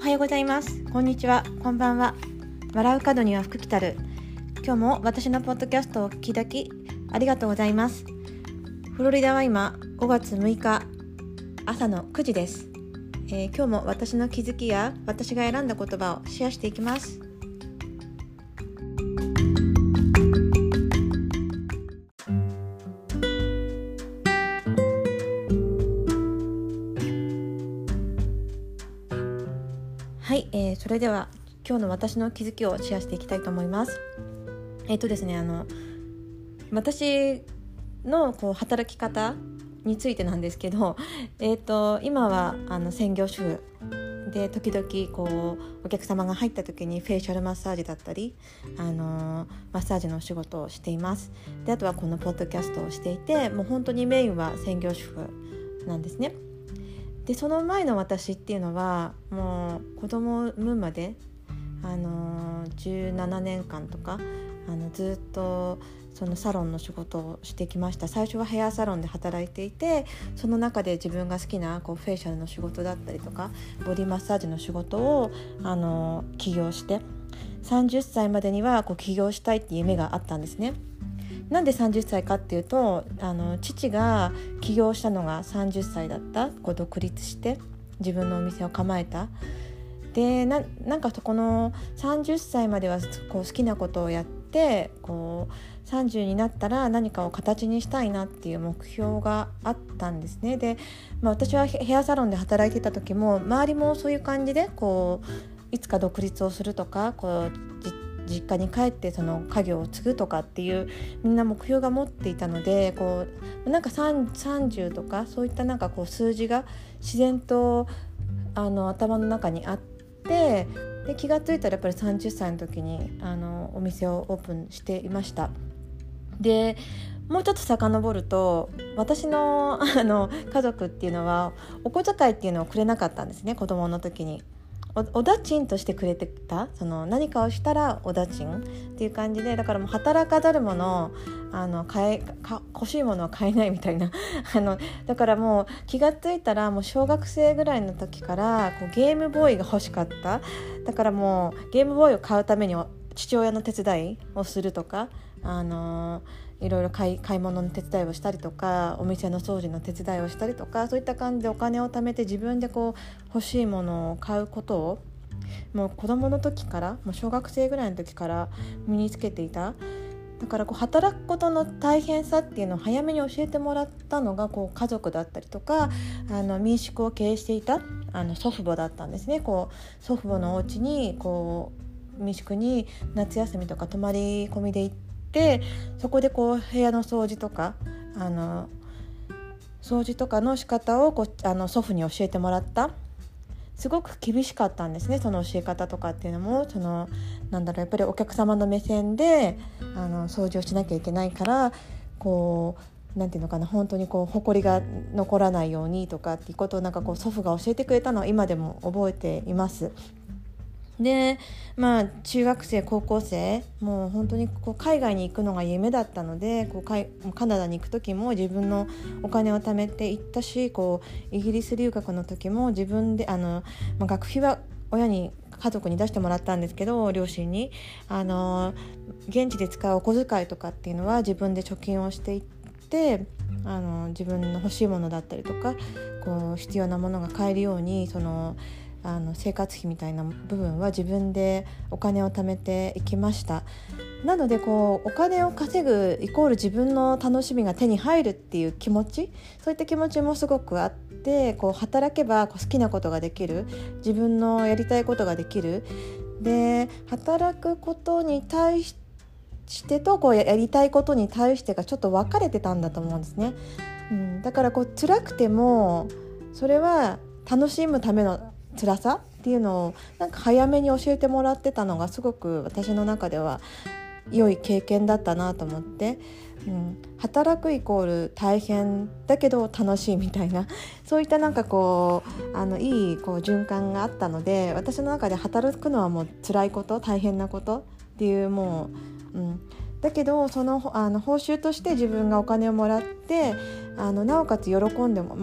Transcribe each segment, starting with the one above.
はようございます。こんにちは、こんばんは。笑う角には福来たる。今日も私のポッドキャストをお聞きいただきありがとうございます。フロリダは今5月6日朝の9時です。今日も私の気づきや私が選んだ言葉をシェアしていきます。はい、それでは今日の私の気づきをシェアしていきたいと思います。ですね、私の働き方についてなんですけど、今は専業主婦で、時々お客様が入った時にフェイシャルマッサージだったりマッサージのお仕事をしています。で、あとはこのポッドキャストをしていて、もう本当にメインは専業主婦なんですね。で、その前の私っていうのはもう子供を産むまで17年間とかずっとそのサロンの仕事をしてきました。最初はヘアサロンで働いていて、その中で自分が好きなフェイシャルの仕事だったりとかボディマッサージの仕事を起業して、30歳までには起業したいっていう夢があったんですね。なんで30歳かっていうと、父が起業したのが30歳だった。独立して自分のお店を構えた。で、なんかそこの30歳までは好きなことをやって、30になったら何かを形にしたいなっていう目標があったんですね。で、私はヘアサロンで働いてた時も周りもそういう感じでいつか独立をするとか実家に帰ってその家業を継ぐとかっていうみんな目標が持っていたので、なんか30とかそういった数字が自然と頭の中にあって、で気がついたらやっぱり30歳の時にお店をオープンしていました。でもうちょっと遡ると、私の家族っていうのはお小遣いっていうのをくれなかったんですね。子供の時におだちんとしてくれてた、何かをしたらおだちんっていう感じで、だからもう働かざる者欲しいものは買えないみたいなだからもう気がついたらもう小学生ぐらいの時からゲームボーイが欲しかった。だからもうゲームボーイを買うために父親の手伝いをするとか、いろいろ買い物の手伝いをしたりとか、お店の掃除の手伝いをしたりとか、そういった感じでお金を貯めて自分で欲しいものを買うことをもう子供の時から、もう小学生ぐらいの時から身につけていた。だから働くことの大変さっていうのを早めに教えてもらったのが家族だったりとか、民宿を経営していた祖父母だったんですね。祖父母のお家に民宿に夏休みとか泊まり込みで行って、そこで部屋の掃除とかの仕方を祖父に教えてもらった。すごく厳しかったんですね、その教え方とかっていうのも。やっぱりお客様の目線で掃除をしなきゃいけないから、なんていうのかな、本当に埃が残らないようにとかっていうことを祖父が教えてくれたのを今でも覚えています。で、中学生高校生もう本当に海外に行くのが夢だったので、カナダに行く時も自分のお金を貯めて行ったし、イギリス留学の時も自分で学費は家族に出してもらったんですけど、両親に現地で使うお小遣いとかっていうのは自分で貯金をしていって、自分の欲しいものだったりとか必要なものが買えるように生活費みたいな部分は自分でお金を貯めていきました。なのでお金を稼ぐイコール自分の楽しみが手に入るっていう気持ち、そういった気持ちもすごくあって、働けば好きなことができる、自分のやりたいことができる。で、働くことに対してとやりたいことに対してがちょっと分かれてたんだと思うんですね。だから辛くてもそれは楽しむための辛さっていうのを早めに教えてもらってたのがすごく私の中では良い経験だったなと思って、働くイコール大変だけど楽しいみたいな、そういったいい循環があったので、私の中で働くのはもう辛いこと、大変なことっていうだけど報酬として自分がお金をもらってなおかつ喜んでも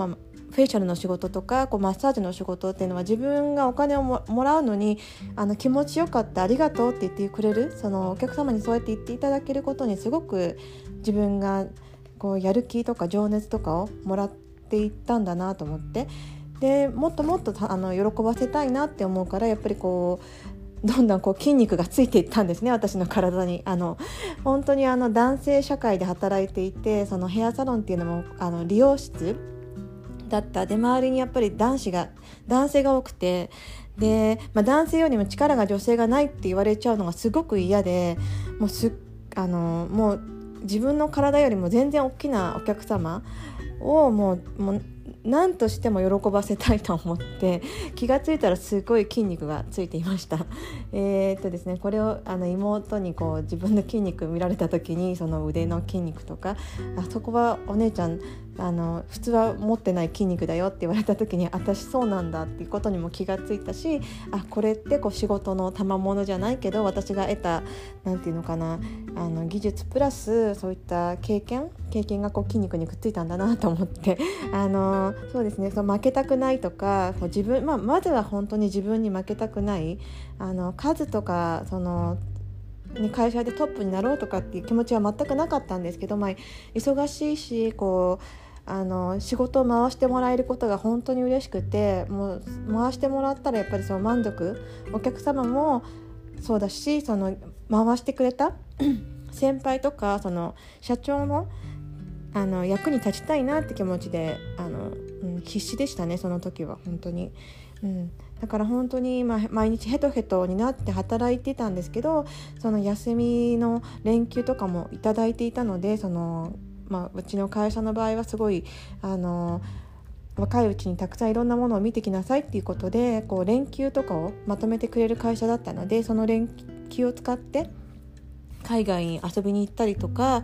フェイシャルの仕事とかマッサージの仕事っていうのは自分がお金を もらうのに気持ちよかった、ありがとうって言ってくれる、そのお客様にそうやって言っていただけることにすごく自分がやる気とか情熱とかをもらっていったんだなと思って、でもっともっと喜ばせたいなって思うから、やっぱりどんどん筋肉がついていったんですね、私の体に。本当に男性社会で働いていて、そのヘアサロンっていうのも理容室だった。で周りにやっぱり男性が多くて、で、男性よりも力が女性がないって言われちゃうのがすごく嫌で、もう自分の体よりも全然大きなお客様をもう何としても喜ばせたいと思って、気がついたらすごい筋肉がついていましたですね、これを妹に自分の筋肉見られた時に、その腕の筋肉とか、そこはお姉ちゃん普通は持ってない筋肉だよって言われた時に、私そうなんだっていうことにも気がついたし、これって仕事の賜物じゃないけど、私が得たなんていうのかな、技術プラスそういった経験が筋肉にくっついたんだなと思ってそうですね、負けたくないとか、自分、まずは本当に自分に負けたくない、数とか会社でトップになろうとかっていう気持ちは全くなかったんですけど、忙しいし仕事を回してもらえることが本当に嬉しくて、もう回してもらったらやっぱり満足、お客様もそうだし、回してくれた先輩とか社長の役に立ちたいなって気持ちで必死でしたね、その時は本当に。だから本当に毎日ヘトヘトになって働いてたんですけど、その休みの連休とかもいただいていたので、うちの会社の場合はすごい若いうちにたくさんいろんなものを見てきなさいっていうことで連休とかをまとめてくれる会社だったので、その連休を使って海外に遊びに行ったりとか、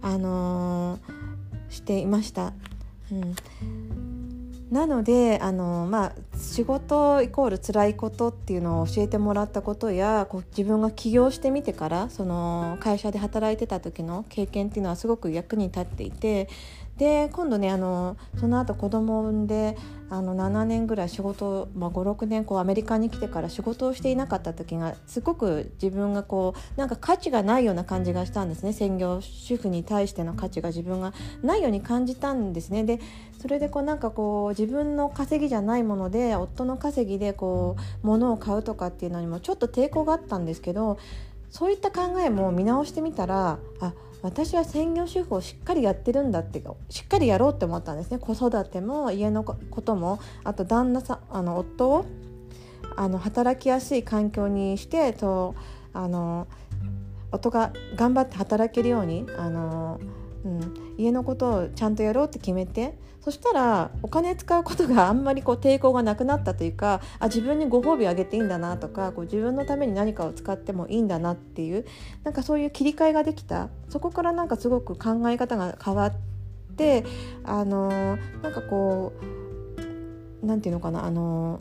していました。なので仕事イコール辛いことっていうのを教えてもらったことや、自分が起業してみてからその会社で働いてた時の経験っていうのはすごく役に立っていて、で今度ねその後子供を産んで7年ぐらい仕事、5、6年アメリカに来てから仕事をしていなかった時がすごく自分がなんか価値がないような感じがしたんですね。専業主婦に対しての価値が自分がないように感じたんですね。でそれで自分の稼ぎじゃないもので夫の稼ぎで物を買うとかっていうのにもちょっと抵抗があったんですけど、そういった考えも見直してみたら、私は専業主婦をしっかりやってるんだってしっかりやろうって思ったんですね。子育ても家のことも、あと旦那さん夫を働きやすい環境にして夫が頑張って働けるように家のことをちゃんとやろうって決めて、そしたらお金使うことがあんまり抵抗がなくなったというか、自分にご褒美あげていいんだなとか、自分のために何かを使ってもいいんだなっていう、なんかそういう切り替えができた。そこからなんかすごく考え方が変わって、なんていうのかな、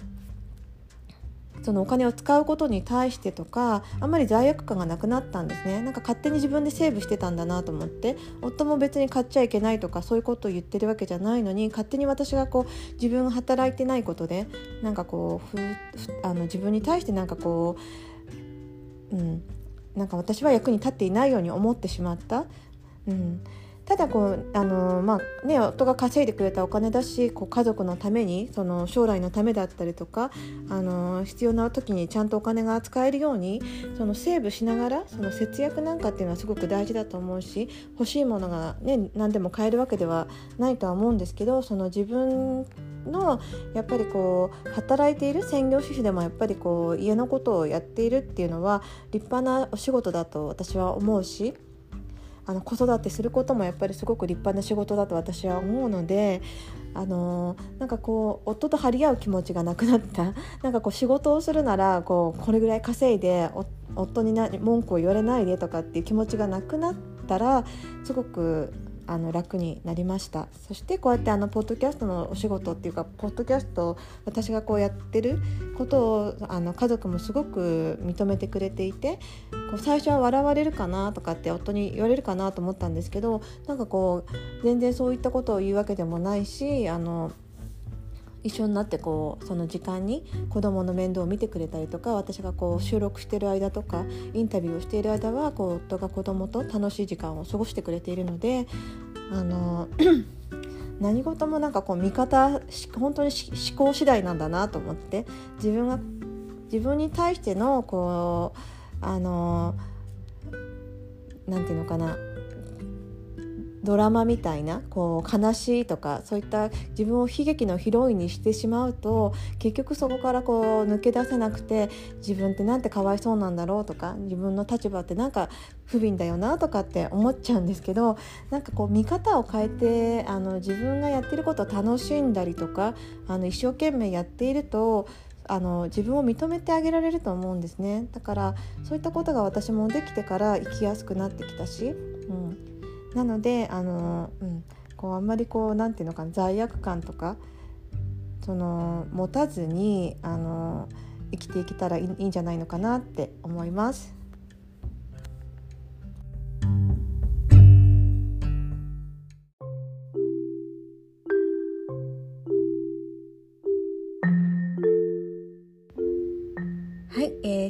そのお金を使うことに対してとかあんまり罪悪感がなくなったんですね。なんか勝手に自分でセーブしてたんだなと思って、夫も別に買っちゃいけないとかそういうことを言ってるわけじゃないのに、勝手に私が自分が働いてないことでなんか自分に対してなんかなんか私は役に立っていないように思ってしまった。ただ夫が稼いでくれたお金だし、家族のためにその将来のためだったりとか必要な時にちゃんとお金が使えるようにセーブしながら、その節約なんかっていうのはすごく大事だと思うし、欲しいものが何でも買えるわけではないとは思うんですけど、その自分のやっぱり働いている専業主婦でもやっぱり家のことをやっているっていうのは立派なお仕事だと私は思うし、子育てすることもやっぱりすごく立派な仕事だと私は思うので、なんか夫と張り合う気持ちがなくなった。なんか仕事をするならこれぐらい稼いで夫に文句を言われないでとかっていう気持ちがなくなったらすごく楽になりました。そしてこうやってポッドキャストのお仕事っていうか、ポッドキャスト私がやってることを家族もすごく認めてくれていて、最初は笑われるかなとかって夫に言われるかなと思ったんですけど、なんか全然そういったことを言うわけでもないし、 一緒になってその時間に子供の面倒を見てくれたりとか、私が収録している間とかインタビューをしている間は夫が子供と楽しい時間を過ごしてくれているので、何事も見方本当に思考次第なんだなと思って、自分に対してのなんていうのかな、ドラマみたいな悲しいとか、そういった自分を悲劇のヒロインにしてしまうと、結局そこから抜け出せなくて、自分ってなんてかわいそうなんだろうとか、自分の立場って不憫だよなとかって思っちゃうんですけど、見方を変えて自分がやっていることを楽しんだりとか、一生懸命やっていると自分を認めてあげられると思うんですね。だからそういったことが私もできてから生きやすくなってきたし、なのであんまりなんていうのかな、罪悪感とか持たずに生きていけたらいいんじゃないのかなって思います。はい、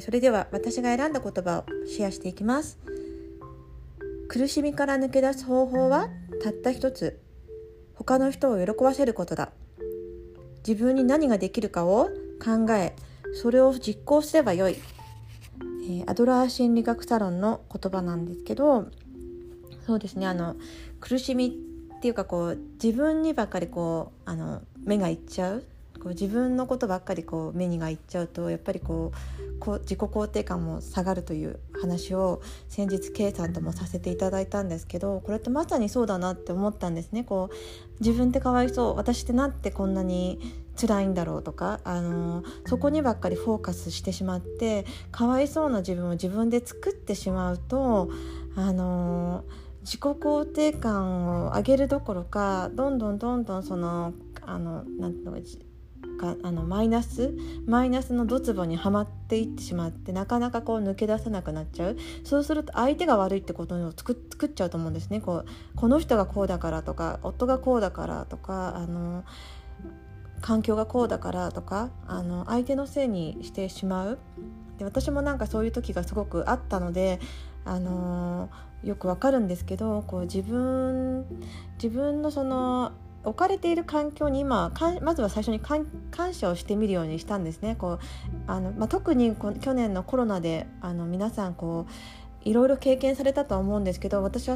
それでは私が選んだ言葉をシェアしていきます。苦しみから抜け出す方法はたった一つ、他の人を喜ばせることだ。自分に何ができるかを考え、それを実行すればよい。アドラー心理学サロンの言葉なんですけど、そうですね、苦しみっていうか自分にばっかり目がいっちゃう、自分のことばっかり目にがいっちゃうと、やっぱり自己肯定感も下がるという話を先日 K さんともさせていただいたんですけど、これってまさにそうだなって思ったんですね。自分ってかわいそう、私ってなんてこんなに辛いんだろうとか、そこにばっかりフォーカスしてしまって、かわいそうな自分を自分で作ってしまうと、自己肯定感を上げるどころか、どんどんなんていうのマイナスのドツボにはまっていってしまって、なかなか抜け出せなくなっちゃう。そうすると相手が悪いってことを作っちゃうと思うんですね。この人がこうだからとか、夫がこうだからとか、環境がこうだからとか、相手のせいにしてしまう。で、私もそういう時がすごくあったので、よくわかるんですけど、自分の置かれている環境にまずは最初に感謝をしてみるようにしたんですね。特に去年のコロナで皆さんいろいろ経験されたとは思うんですけど、私は医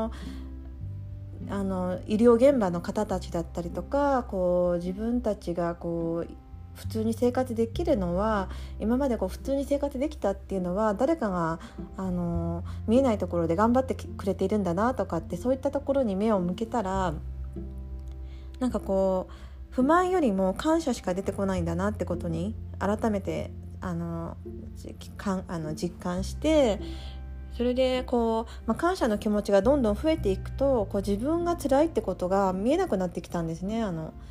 療現場の方たちだったりとか、自分たちが普通に生活できるのは、今まで普通に生活できたっていうのは、誰かが見えないところで頑張ってくれているんだなとかって、そういったところに目を向けたら、不満よりも感謝しか出てこないんだなってことに改めて実感して、それで感謝の気持ちがどんどん増えていくと、自分が辛いってことが見えなくなってきたんですね。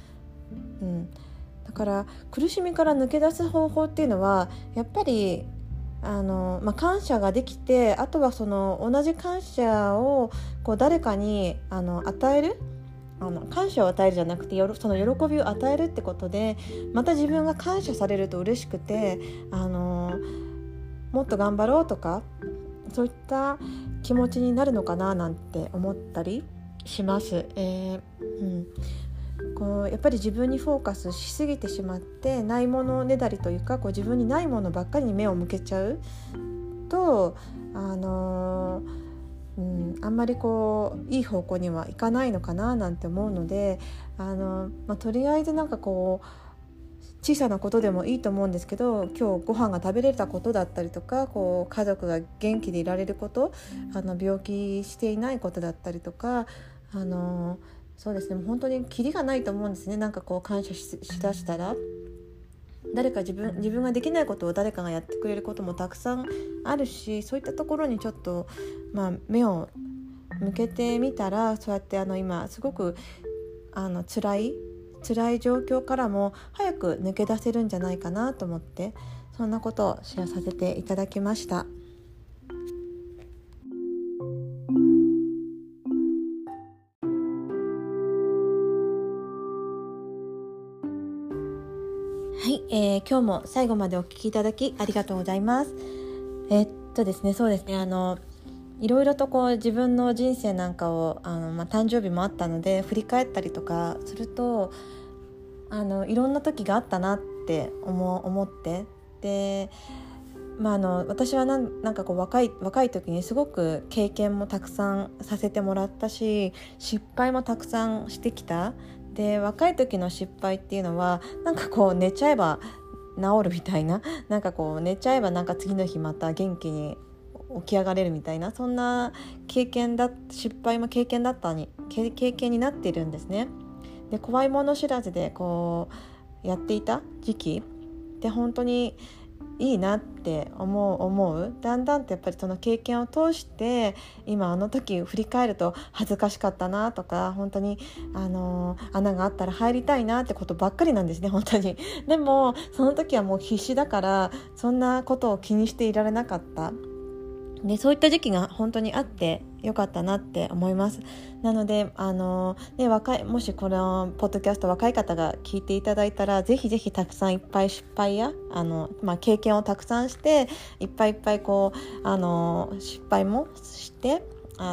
だから苦しみから抜け出す方法っていうのは、やっぱり感謝ができて、あとは同じ感謝を誰かに与える、感謝を与えるじゃなくて、その喜びを与えるってことで、また自分が感謝されると嬉しくて、もっと頑張ろうとか、そういった気持ちになるのかななんて思ったりします。やっぱり自分にフォーカスしすぎてしまって、ないものねだりというか、自分にないものばっかりに目を向けちゃうと、あんまりいい方向にはいかないのかななんて思うので、とりあえず小さなことでもいいと思うんですけど、今日ご飯が食べれたことだったりとか、家族が元気でいられること、病気していないことだったりとか、そうですね、もう本当にキリがないと思うんですね。感謝 しだしたら、誰か自分ができないことを誰かがやってくれることもたくさんあるし、そういったところにちょっと、目を向けてみたら、そうやって今すごく辛い状況からも早く抜け出せるんじゃないかなと思って、そんなことをシェアさせていただきました。 はい、今日も最後までお聞きいただきありがとうございます。ですね、そうですね、いろいろとこう自分の人生なんかを誕生日もあったので振り返ったりとかするといろんな時があったなって思って、で、私はなんかこう若い時にすごく経験もたくさんさせてもらったし、失敗もたくさんしてきた。で、若い時の失敗っていうのはなんかこう寝ちゃえば治るみたいな、なんかこう寝ちゃえばなんか次の日また元気に起き上がれるみたいな、そんな失敗も経験になっているんですね。で、怖いもの知らずでこうやっていた時期って本当にいいなって思う。だんだんとやっぱりその経験を通して今あの時振り返ると恥ずかしかったなとか、本当に穴があったら入りたいなってことばっかりなんですね、本当に。でもその時はもう必死だからそんなことを気にしていられなかった。で、そういった時期が本当にあってよかったなって思います。なのでもしこのポッドキャスト若い方が聞いていただいたら、ぜひぜひたくさんいっぱい失敗や経験をたくさんしていっぱいこう失敗もして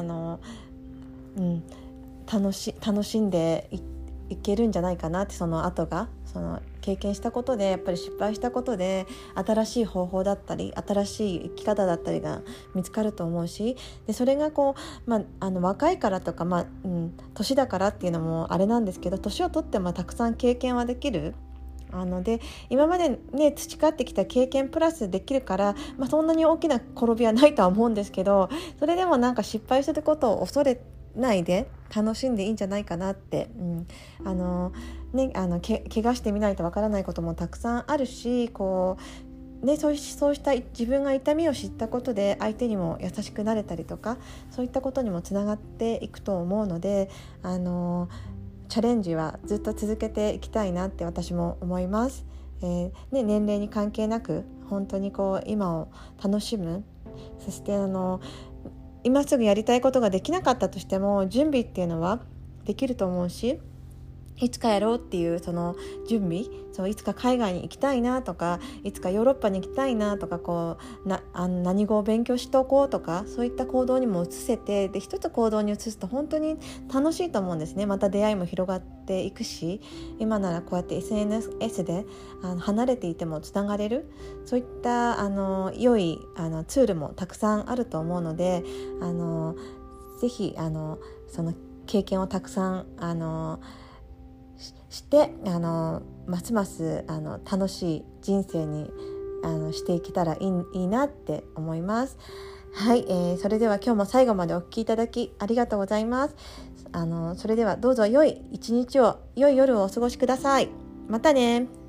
楽しんでいけるんじゃないかなって、その後が経験したことでやっぱり失敗したことで新しい方法だったり新しい生き方だったりが見つかると思うし、でそれがこう、若いからとか、年だからっていうのもあれなんですけど、年を取ってもたくさん経験はできる。で今までね培ってきた経験プラスできるから、そんなに大きな転びはないとは思うんですけど、それでもなんか失敗することを恐れないで楽しんでいいんじゃないかなって、怪我してみないとわからないこともたくさんあるし、こうそうした自分が痛みを知ったことで相手にも優しくなれたりとか、そういったことにもつながっていくと思うので、チャレンジはずっと続けていきたいなって私も思います。年齢に関係なく本当にこう今を楽しむ。そして今すぐやりたいことができなかったとしても準備っていうのはできると思うし、いつかやろうっていうその準備、いつか海外に行きたいなとか、いつかヨーロッパに行きたいなとか、何語を勉強しておこうとか、そういった行動にも移せて、で一つ行動に移すと本当に楽しいと思うんですね。また出会いも広がっていくし、今ならこうやって SNS で離れていてもつながれる、そういった良いツールもたくさんあると思うので、ぜひその経験をたくさんしてますます楽しい人生にしていけたらいいなって思います。はい、それでは今日も最後までお聞きいただきありがとうございます。それではどうぞ良い一日を、良い夜をお過ごしください。またね。